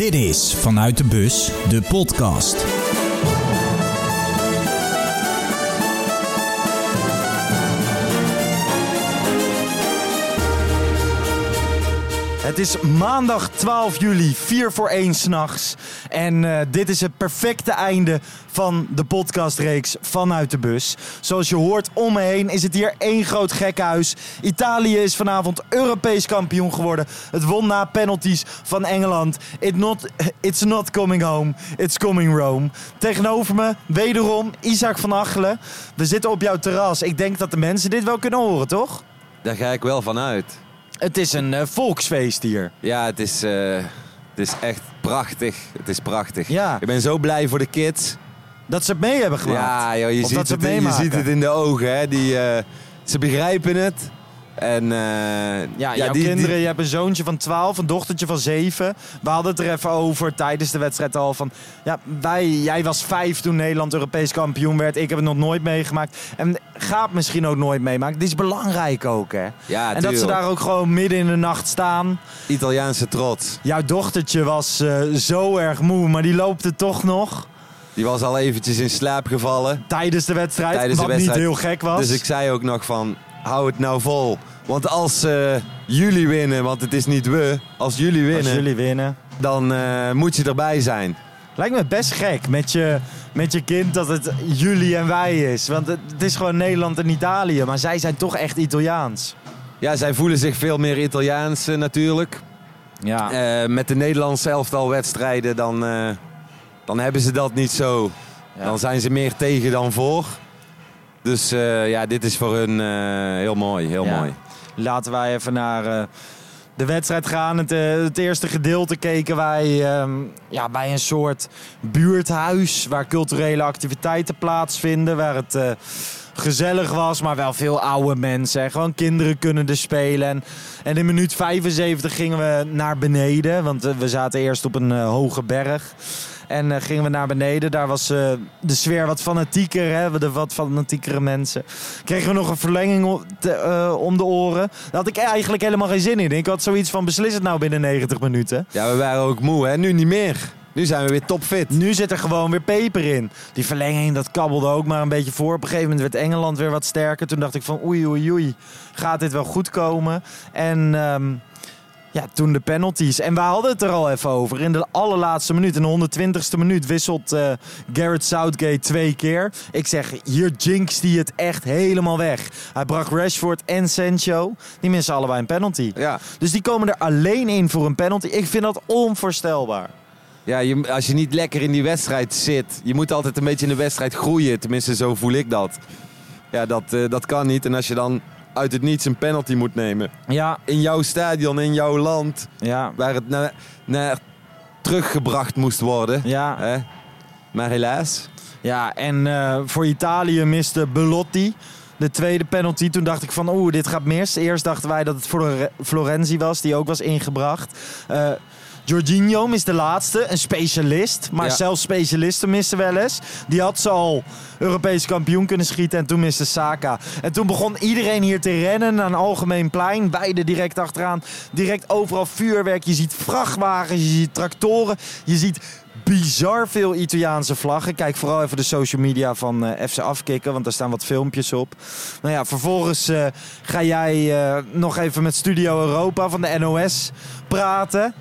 Dit is Vanuit de Bus, de podcast. Het is maandag 12 juli, 4 voor 1 s'nachts. En dit is het perfecte einde van de podcastreeks Vanuit de Bus. Zoals je hoort om me heen is het hier één groot gekhuis. Italië is vanavond Europees kampioen geworden. Het won na penalties van Engeland. It's not coming home, it's coming Rome. Tegenover me, wederom, Isaac van Achelen. We zitten op jouw terras. Ik denk dat de mensen dit wel kunnen horen, toch? Daar ga ik wel van uit. Het is een volksfeest hier. Ja, het is echt prachtig. Het is prachtig. Ja. Ik ben zo blij voor de kids. Dat ze het mee hebben gemaakt. Ja, joh, je ziet het in de ogen. Hè. Ze begrijpen het. En, jouw kinderen, je hebt een zoontje van 12, een dochtertje van 7. We hadden het er even over tijdens de wedstrijd al van... Ja, jij was 5 toen Nederland Europees kampioen werd. Ik heb het nog nooit meegemaakt. En gaat misschien ook nooit meemaken. Dit is belangrijk ook, hè? Ja, en dat ze daar ook gewoon midden in de nacht staan. Italiaanse trots. Jouw dochtertje was zo erg moe, maar die loopt het toch nog. Die was al eventjes in slaap gevallen. Tijdens de wedstrijd, wat niet heel gek was. Dus ik zei ook nog van... Hou het nou vol. Want als jullie winnen, want het is niet we. Als jullie winnen, dan moet je erbij zijn. Lijkt me best gek met je kind dat het jullie en wij is. Want het is gewoon Nederland en Italië. Maar zij zijn toch echt Italiaans. Ja, zij voelen zich veel meer Italiaans natuurlijk. Ja. Met de Nederlandse elftal wedstrijden dan hebben ze dat niet zo. Ja. Dan zijn ze meer tegen dan voor. Dus dit is voor hun heel mooi, heel mooi. Laten wij even naar de wedstrijd gaan. Het eerste gedeelte keken wij bij een soort buurthuis... waar culturele activiteiten plaatsvinden, waar het... gezellig was, maar wel veel oude mensen. Gewoon kinderen kunnen er spelen. En in minuut 75 gingen we naar beneden. Want we zaten eerst op een hoge berg. En gingen we naar beneden. Daar was de sfeer wat fanatieker. Hè? De wat fanatiekere mensen. Kregen we nog een verlenging om de oren. Daar had ik eigenlijk helemaal geen zin in. Ik had zoiets van, beslis het nou binnen 90 minuten. Ja, we waren ook moe, hè? Nu niet meer. Nu zijn we weer topfit. Nu zit er gewoon weer peper in. Die verlenging, dat kabbelde ook maar een beetje voor. Op een gegeven moment werd Engeland weer wat sterker. Toen dacht ik van oei. Gaat dit wel goed komen? En toen de penalties. En we hadden het er al even over. In de allerlaatste minuut, in de 120ste minuut... wisselt Gareth Southgate 2 keer. Ik zeg, hier jinxt hij het echt helemaal weg. Hij bracht Rashford en Sancho. Die missen allebei een penalty. Ja. Dus die komen er alleen in voor een penalty. Ik vind dat onvoorstelbaar. Ja, als je niet lekker in die wedstrijd zit... Je moet altijd een beetje in de wedstrijd groeien. Tenminste, zo voel ik dat. Ja, dat kan niet. En als je dan uit het niets een penalty moet nemen... Ja. In jouw stadion, in jouw land... Ja. Waar het naar teruggebracht moest worden. Ja. Hè? Maar helaas. Ja, en voor Italië miste Belotti de tweede penalty. Toen dacht ik van, dit gaat mis. Eerst dachten wij dat het voor Florenzi was, die ook was ingebracht. Jorginho mist de laatste, een specialist. Maar zelfs specialisten missen wel eens. Die had ze al Europees kampioen kunnen schieten en toen miste Saka. En toen begon iedereen hier te rennen naar een algemeen plein. Beide direct achteraan. Direct overal vuurwerk. Je ziet vrachtwagens, je ziet tractoren. Je ziet bizar veel Italiaanse vlaggen. Kijk vooral even de social media van FC Afkikken, want daar staan wat filmpjes op. Nou ja, vervolgens ga jij nog even met Studio Europa van de NOS praten.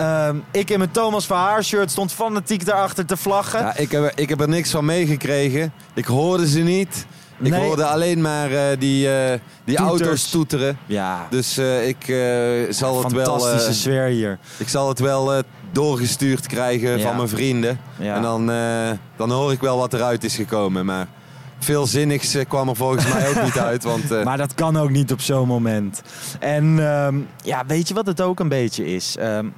Ik in mijn Thomas Verhaar shirt stond fanatiek daarachter te vlaggen. Ja, ik heb er niks van meegekregen. Ik hoorde ze niet. Ik hoorde alleen maar die auto's toeteren. Ja. Dus ik zal het wel... Fantastische sfeer hier. Ik zal het wel doorgestuurd krijgen van mijn vrienden. Ja. En dan hoor ik wel wat eruit is gekomen. Maar veel zinnigs kwam er volgens mij ook niet uit. Want, maar dat kan ook niet op zo'n moment. En weet je wat het ook een beetje is?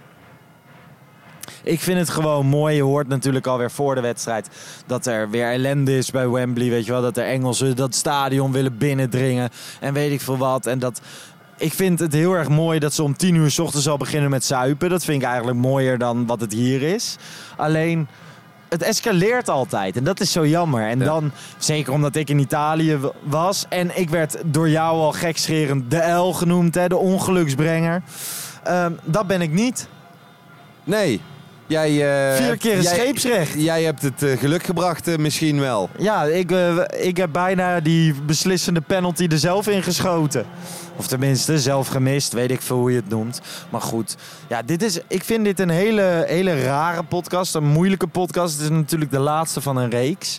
Ik vind het gewoon mooi. Je hoort natuurlijk alweer voor de wedstrijd dat er weer ellende is bij Wembley. Weet je wel, dat er Engelsen dat stadion willen binnendringen. En weet ik veel wat. En dat... Ik vind het heel erg mooi dat ze om 10:00 's ochtends al beginnen met zuipen. Dat vind ik eigenlijk mooier dan wat het hier is. Alleen, het escaleert altijd. En dat is zo jammer. En dan, zeker omdat ik in Italië was. En ik werd door jou al gekscherend de L genoemd. Hè, de ongeluksbrenger. Dat ben ik niet. Nee. Jij, 4 keer een scheepsrecht. Jij hebt het geluk gebracht misschien wel. Ja, ik heb bijna die beslissende penalty er zelf in geschoten. Of tenminste, zelf gemist. Weet ik veel hoe je het noemt. Maar goed, ja, ik vind dit een hele rare podcast. Een moeilijke podcast. Het is natuurlijk de laatste van een reeks.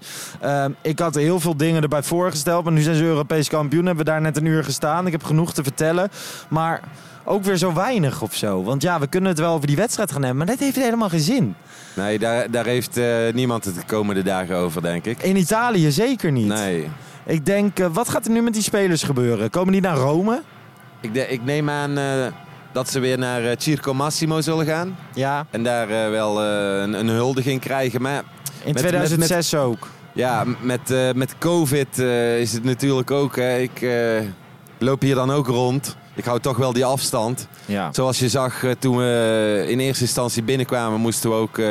Ik had heel veel dingen erbij voorgesteld. Maar nu zijn ze Europees kampioen. Hebben we daar net een uur gestaan. Ik heb genoeg te vertellen. Maar ook weer zo weinig of zo. Want ja, we kunnen het wel over die wedstrijd gaan hebben. Maar dat heeft helemaal geen zin. Nee, daar heeft niemand het de komende dagen over, denk ik. In Italië zeker niet. Nee. Ik denk, wat gaat er nu met die spelers gebeuren? Komen die naar Rome? Ik neem aan dat ze weer naar Circo Massimo zullen gaan. Ja. En daar wel een huldiging krijgen. Maar In 2006 ook. Ja, met COVID is het natuurlijk ook. Ik loop hier dan ook rond. Ik hou toch wel die afstand. Ja. Zoals je zag toen we in eerste instantie binnenkwamen, moesten we ook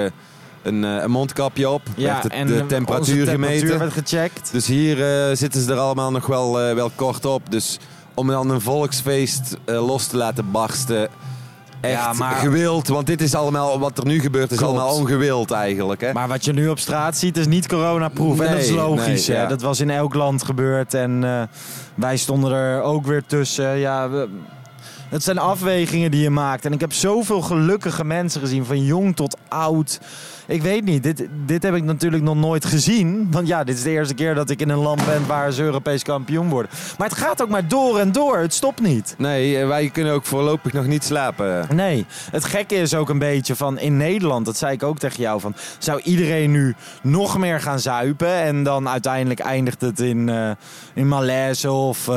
een mondkapje op. Ja, werd en de temperatuur gemeten. Werd gecheckt. Dus hier zitten ze er allemaal nog wel kort op. Dus om dan een volksfeest los te laten barsten. Echt gewild, want dit is allemaal, wat er nu gebeurt, is allemaal ongewild eigenlijk. Hè? Maar wat je nu op straat ziet is niet coronaproof. Nee, en dat is logisch. Nee, ja. Dat was in elk land gebeurd. En wij stonden er ook weer tussen. Ja, het zijn afwegingen die je maakt. En ik heb zoveel gelukkige mensen gezien, van jong tot oud. Ik weet niet, dit heb ik natuurlijk nog nooit gezien. Want ja, dit is de eerste keer dat ik in een land ben waar ze Europees kampioen worden. Maar het gaat ook maar door en door. Het stopt niet. Nee, wij kunnen ook voorlopig nog niet slapen. Nee, het gekke is ook een beetje van in Nederland, dat zei ik ook tegen jou, van zou iedereen nu nog meer gaan zuipen en dan uiteindelijk eindigt het in malaise of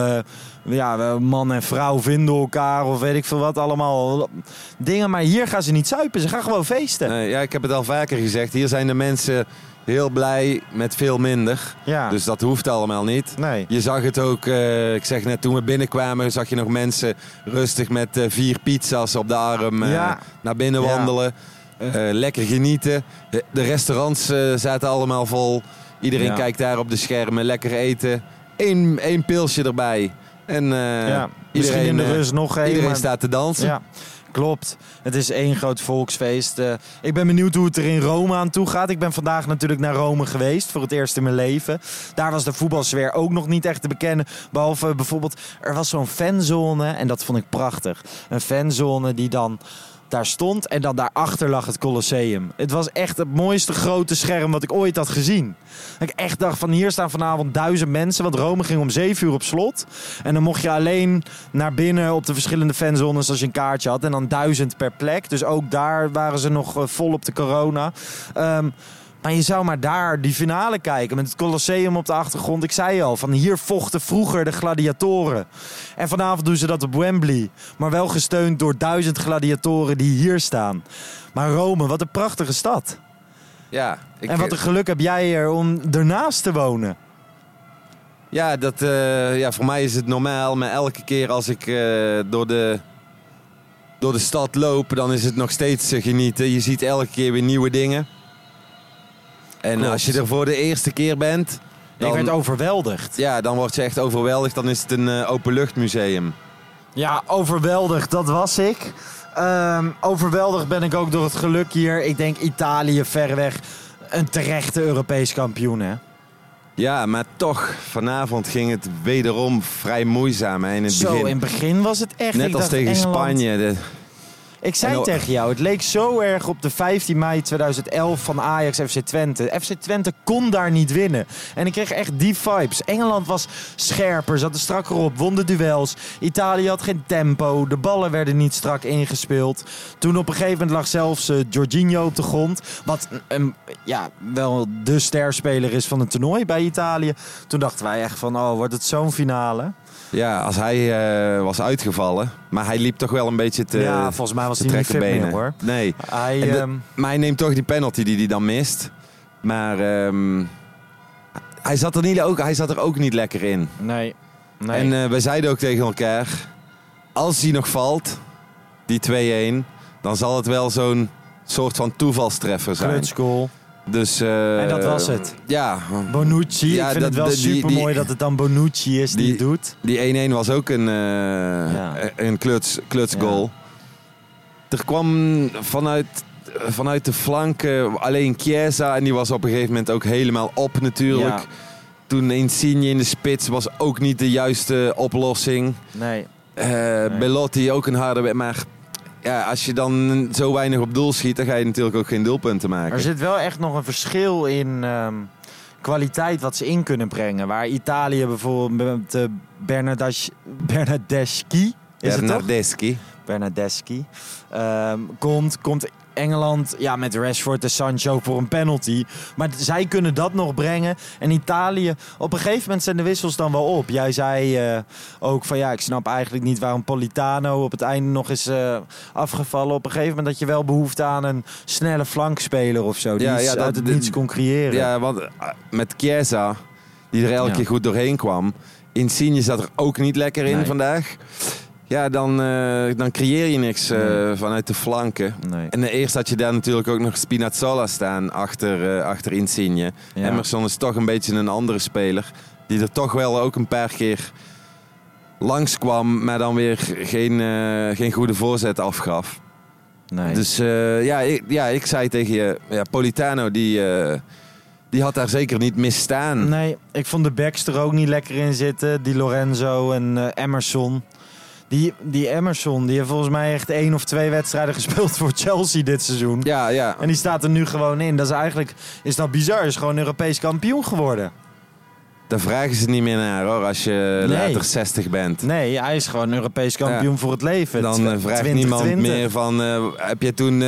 man en vrouw vinden elkaar of weet ik veel wat, allemaal dingen. Maar hier gaan ze niet zuipen, ze gaan gewoon feesten. Nee, ja, ik heb het al vaker gezegd, hier zijn de mensen heel blij met veel minder. Ja. Dus dat hoeft allemaal niet. Nee. Je zag het ook, ik zeg net, toen we binnenkwamen zag je nog mensen rustig met 4 pizza's op de arm naar binnen wandelen. Lekker genieten. De restaurants zaten allemaal vol. Iedereen kijkt daar op de schermen, lekker eten. Eén pilsje erbij. En misschien in de rust nog één. Iedereen staat te dansen. Ja. Klopt. Het is één groot volksfeest. Ik ben benieuwd hoe het er in Rome aan toe gaat. Ik ben vandaag natuurlijk naar Rome geweest. Voor het eerst in mijn leven. Daar was de voetbalsfeer ook nog niet echt te bekennen. Behalve bijvoorbeeld, er was zo'n fanzone. En dat vond ik prachtig. Een fanzone die dan daar stond. En dan daarachter lag het Colosseum. Het was echt het mooiste grote scherm wat ik ooit had gezien. Dat ik echt dacht van hier staan vanavond 1000 mensen. Want Rome ging om 7 uur op slot. En dan mocht je alleen naar binnen op de verschillende fanzones als je een kaartje had. En dan 1000 per plek. Dus ook daar waren ze nog vol op de corona. Maar je zou maar daar die finale kijken met het Colosseum op de achtergrond. Ik zei al, van hier vochten vroeger de gladiatoren. En vanavond doen ze dat op Wembley. Maar wel gesteund door 1000 gladiatoren die hier staan. Maar Rome, wat een prachtige stad. Ja, en wat een geluk heb jij er om ernaast te wonen. Ja, voor mij is het normaal. Maar elke keer als ik door de stad loop, dan is het nog steeds genieten. Je ziet elke keer weer nieuwe dingen. En Klopt. als je er voor de eerste keer bent, dan, ik werd overweldigd. Ja, dan word je echt overweldigd. Dan is het een openluchtmuseum. Ja, overweldigd, dat was ik. Overweldigd ben ik ook door het geluk hier. Ik denk Italië verreweg een terechte Europees kampioen, hè? Ja, maar toch, vanavond ging het wederom vrij moeizaam hè, in het begin. In het begin was het echt... Net als tegen Engeland. Spanje. Ik zei tegen jou, het leek zo erg op de 15 mei 2011 van Ajax FC Twente. FC Twente kon daar niet winnen. En ik kreeg echt die vibes. Engeland was scherper, zat er strakker op, won de duels. Italië had geen tempo, de ballen werden niet strak ingespeeld. Toen op een gegeven moment lag zelfs Jorginho op de grond. Wat wel de sterspeler is van het toernooi bij Italië. Toen dachten wij echt van, wordt het zo'n finale? Ja, als hij was uitgevallen. Maar hij liep toch wel een beetje te Ja, volgens mij was hij niet fit meer, hoor. Nee. Maar hij neemt toch die penalty die hij dan mist. Maar hij zat er ook niet lekker in. Nee. En we zeiden ook tegen elkaar, als hij nog valt, die 2-1, dan zal het wel zo'n soort van toevalstreffer zijn. Klutsgoal. Dus, en dat was het. Ja. Bonucci. Ik vind het wel super mooi dat het dan Bonucci is die het doet. Die 1-1 was ook een klutsgoal. Ja. Er kwam vanuit vanuit de flank alleen Chiesa. En die was op een gegeven moment ook helemaal op natuurlijk. Ja. Toen Insigne in de spits was ook niet de juiste oplossing. Nee. Belotti ook een harde... Maar ja, als je dan zo weinig op doel schiet, dan ga je natuurlijk ook geen doelpunten maken. Er zit wel echt nog een verschil in kwaliteit wat ze in kunnen brengen. Waar Italië bijvoorbeeld met Bernardeschi... Is het toch? Bernardeschi. Komt Engeland met Rashford en Sancho voor een penalty. Maar zij kunnen dat nog brengen. En Italië, op een gegeven moment zijn de wissels dan wel op. Jij zei ook van ik snap eigenlijk niet waarom Politano op het einde nog is afgevallen. Op een gegeven moment dat je wel behoefte aan een snelle flankspeler of zo. Die uit het niets kon creëren. Ja, want met Chiesa, die er elke keer goed doorheen kwam. Insigne zat er ook niet lekker in vandaag. Ja, dan creëer je niks vanuit de flanken. Nee. En eerst had je daar natuurlijk ook nog Spinazzola staan achter Insigne. Ja. Emerson is toch een beetje een andere speler. Die er toch wel ook een paar keer langskwam, maar dan weer geen goede voorzet afgaf. Nee. Dus ik zei tegen je, Politano die had daar zeker niet misstaan. Nee, ik vond de backs er ook niet lekker in zitten. Die Lorenzo en Emerson. Die Emerson, die heeft volgens mij echt 1 of 2 wedstrijden gespeeld voor Chelsea dit seizoen. Ja. En die staat er nu gewoon in. Dat is eigenlijk, is dat bizar. Hij is gewoon Europees kampioen geworden. Daar vragen ze niet meer naar hoor, als je later 60 bent. Nee, hij is gewoon Europees kampioen voor het leven. Dan vraagt 2020. Niemand meer van, heb je toen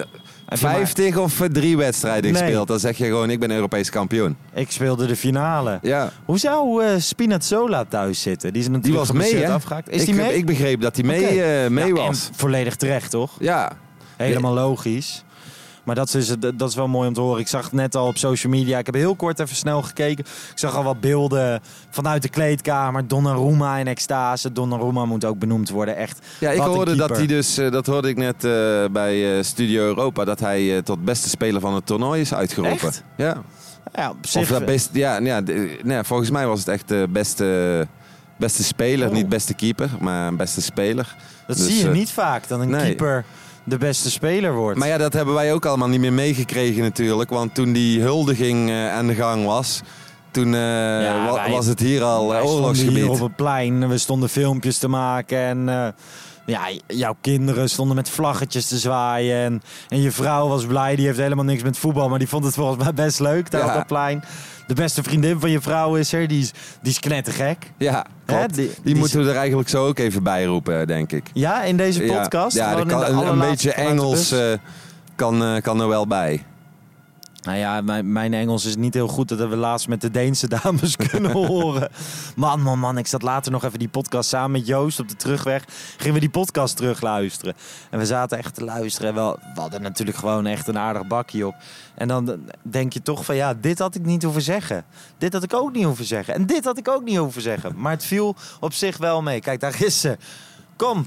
50 of 3 wedstrijden gespeeld? Dan zeg je gewoon, ik ben Europees kampioen. Ik speelde de finale. Ja. Hoe zou Spinazzola thuis zitten? Die is natuurlijk was mee, hè? afgehaakt. Is die mee? Ik begreep dat hij mee was. En volledig terecht, toch? Ja. Helemaal logisch. Maar dat is wel mooi om te horen. Ik zag het net al op social media. Ik heb heel kort even snel gekeken. Ik zag al wat beelden vanuit de kleedkamer. Donnarumma in extase. Donnarumma moet ook benoemd worden. Echt. Ja, ik hoorde dat hij dus... Dat hoorde ik net bij Studio Europa. Dat hij tot beste speler van het toernooi is uitgeroepen. Echt? Ja. Ja, op zich... Volgens mij was het echt de beste speler. Niet beste keeper, maar beste speler. Dat zie je niet vaak. Dan een keeper... de beste speler wordt. Maar ja, dat hebben wij ook allemaal niet meer meegekregen natuurlijk. Want toen die huldiging aan de gang was... Toen was het hier al oorlogsgebied. We stonden hier op het plein. We stonden filmpjes te maken. En jouw kinderen stonden met vlaggetjes te zwaaien. En je vrouw was blij. Die heeft helemaal niks met voetbal. Maar die vond het volgens mij best leuk daar op het plein. De beste vriendin van je vrouw is er. Die is knettergek. Ja, die moeten we er eigenlijk zo ook even bij roepen, denk ik. Ja, in deze podcast? Ja, een beetje Engels kan er wel bij. Nou ja, mijn Engels is niet heel goed. Dat hebben we laatst met de Deense dames kunnen horen. Man. Ik zat later nog even die podcast samen met Joost op de terugweg. Gingen we die podcast terugluisteren. En we zaten echt te luisteren. We hadden natuurlijk gewoon echt een aardig bakje op. En dan denk je toch van dit had ik niet hoeven zeggen. Dit had ik ook niet hoeven zeggen. En dit had ik ook niet hoeven zeggen. Maar het viel op zich wel mee. Kijk, daar is ze. Kom.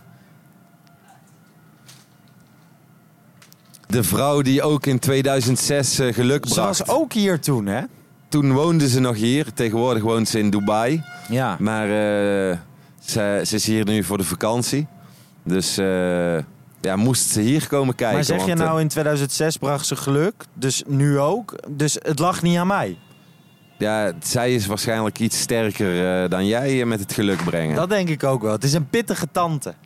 De vrouw die ook in 2006 geluk bracht. Ze was ook hier toen, hè? Toen woonde ze nog hier. Tegenwoordig woont ze in Dubai. Ja. Maar ze is hier nu voor de vakantie. Dus moest ze hier komen kijken. Maar zeg je nou in 2006 bracht ze geluk. Dus nu ook. Dus het lag niet aan mij. Ja, zij is waarschijnlijk iets sterker dan jij met het geluk brengen. Dat denk ik ook wel. Het is een pittige tante.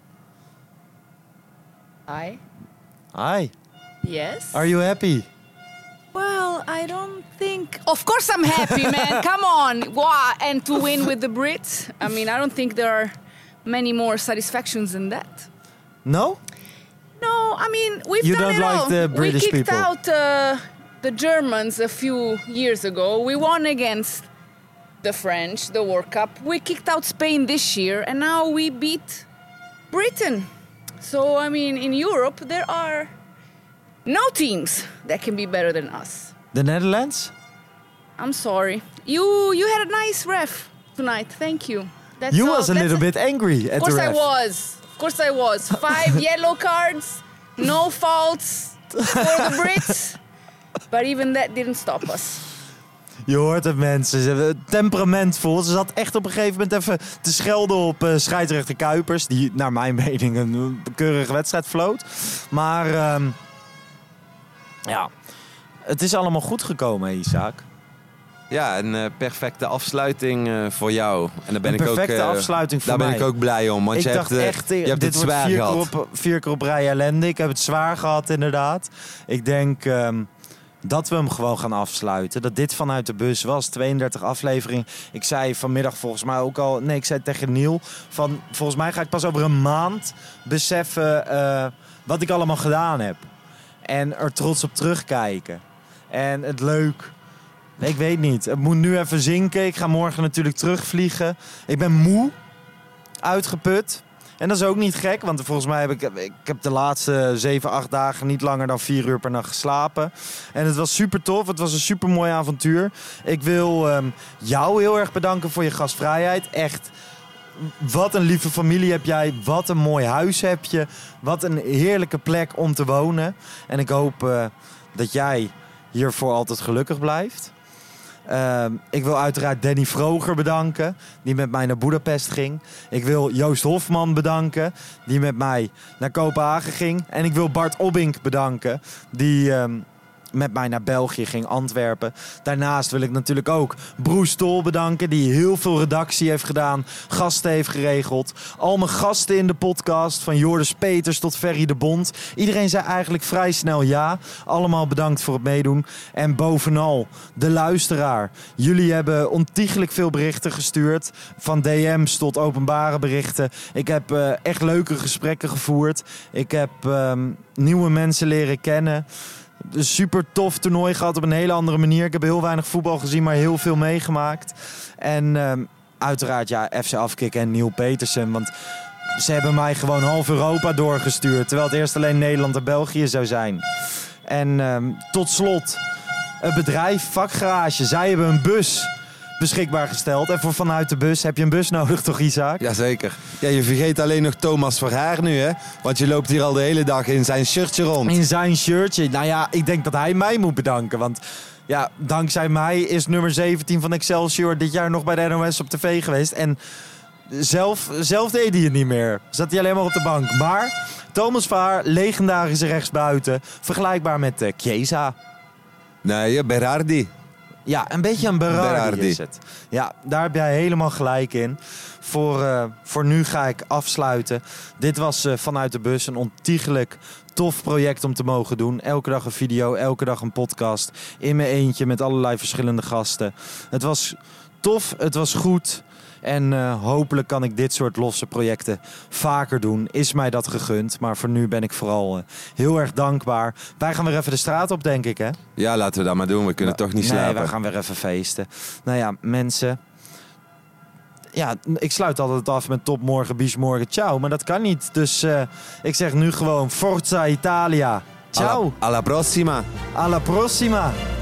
Hi. Hi. Yes. Are you happy? Well, I don't think... Of course I'm happy, man. Come on. Wow. And to win with the Brits. I mean, I don't think there are many more satisfactions than that. No? No, I mean, we've done it all. You don't like the British people? We kicked people? out the Germans a few years ago. We won against the French, the World Cup. We kicked out Spain this year. And now we beat Britain. So, I mean, in Europe, there are... no teams that can be better than us. The Netherlands? I'm sorry. You had a nice ref tonight. Thank you. You was a little bit angry at the ref. Of course I was. 5 yellow cards, no faults for the Brits. But even that didn't stop us. Je hoort het, mensen. Ze hebben temperamentvol. Ze zat echt op een gegeven moment even te schelden op scheidsrechter Kuipers. Die, naar mijn mening, een keurige wedstrijd floot. Maar... Ja, het is allemaal goed gekomen, Isaac. Ja, een perfecte afsluiting voor jou. En daar ben Een ik ook, perfecte afsluiting voor daar mij. ben ik ook blij om. Want Ik je dacht hebt, echt, je hebt dit het wordt zwaar gehad. 4 keer op rij ellende. Ik heb het zwaar gehad, inderdaad. Ik denk dat we hem gewoon gaan afsluiten. Dat dit vanuit de bus was. 32 afleveringen. Ik zei vanmiddag volgens mij ook al... Nee, ik zei tegen Neil... volgens mij ga ik pas over een maand beseffen wat ik allemaal gedaan heb. En er trots op terugkijken. En het leuk... Ik weet niet. Het moet nu even zinken. Ik ga morgen natuurlijk terugvliegen. Ik ben moe. Uitgeput. En dat is ook niet gek. Want volgens mij heb ik heb de laatste 7, 8 dagen niet langer dan 4 uur per nacht geslapen. En het was super tof. Het was een super mooi avontuur. Ik wil jou heel erg bedanken voor je gastvrijheid. Echt. Wat een lieve familie heb jij. Wat een mooi huis heb je. Wat een heerlijke plek om te wonen. En ik hoop dat jij hiervoor altijd gelukkig blijft. Ik wil uiteraard Danny Vroger bedanken, die met mij naar Boedapest ging. Ik wil Joost Hofman bedanken, die met mij naar Kopenhagen ging. En ik wil Bart Obbink bedanken, die met mij naar België ging, Antwerpen. Daarnaast wil ik natuurlijk ook Broes Tol bedanken, die heel veel redactie heeft gedaan, gasten heeft geregeld. Al mijn gasten in de podcast, van Joris Peters tot Ferry de Bond. Iedereen zei eigenlijk vrij snel ja. Allemaal bedankt voor het meedoen. En bovenal, de luisteraar. Jullie hebben ontiegelijk veel berichten gestuurd. Van DM's tot openbare berichten. Ik heb echt leuke gesprekken gevoerd. Ik heb nieuwe mensen leren kennen. Een super tof toernooi gehad op een hele andere manier. Ik heb heel weinig voetbal gezien, maar heel veel meegemaakt. En uiteraard FC Afkik en Neil Petersen. Want ze hebben mij gewoon half Europa doorgestuurd. Terwijl het eerst alleen Nederland en België zou zijn. En tot slot, het bedrijf Vakgarage. Zij hebben een bus beschikbaar gesteld. En voor vanuit de bus heb je een bus nodig, toch Isaac? Jazeker. Ja, je vergeet alleen nog Thomas Verhaar nu, hè? Want je loopt hier al de hele dag in zijn shirtje rond. In zijn shirtje. Nou ja, ik denk dat hij mij moet bedanken. Want ja, dankzij mij is nummer 17 van Excelsior dit jaar nog bij de NOS op tv geweest. En zelf deed hij het niet meer. Zat hij alleen maar op de bank. Maar Thomas Verhaar, legendarische rechtsbuiten. Vergelijkbaar met Chiesa. Nee, Berardi. Ja, een beetje een Berardi is het. Ja, daar heb jij helemaal gelijk in. Voor nu ga ik afsluiten. Dit was vanuit de bus een ontiegelijk tof project om te mogen doen. Elke dag een video, elke dag een podcast. In mijn eentje met allerlei verschillende gasten. Het was tof, het was goed. En hopelijk kan ik dit soort losse projecten vaker doen. Is mij dat gegund. Maar voor nu ben ik vooral heel erg dankbaar. Wij gaan weer even de straat op, denk ik, hè? Ja, laten we dat maar doen. We kunnen toch niet slapen. Nee, wij gaan weer even feesten. Nou ja, mensen. Ja, ik sluit altijd af met top morgen, bis morgen, ciao. Maar dat kan niet. Dus ik zeg nu gewoon Forza Italia. Ciao. Alla prossima. Alla prossima.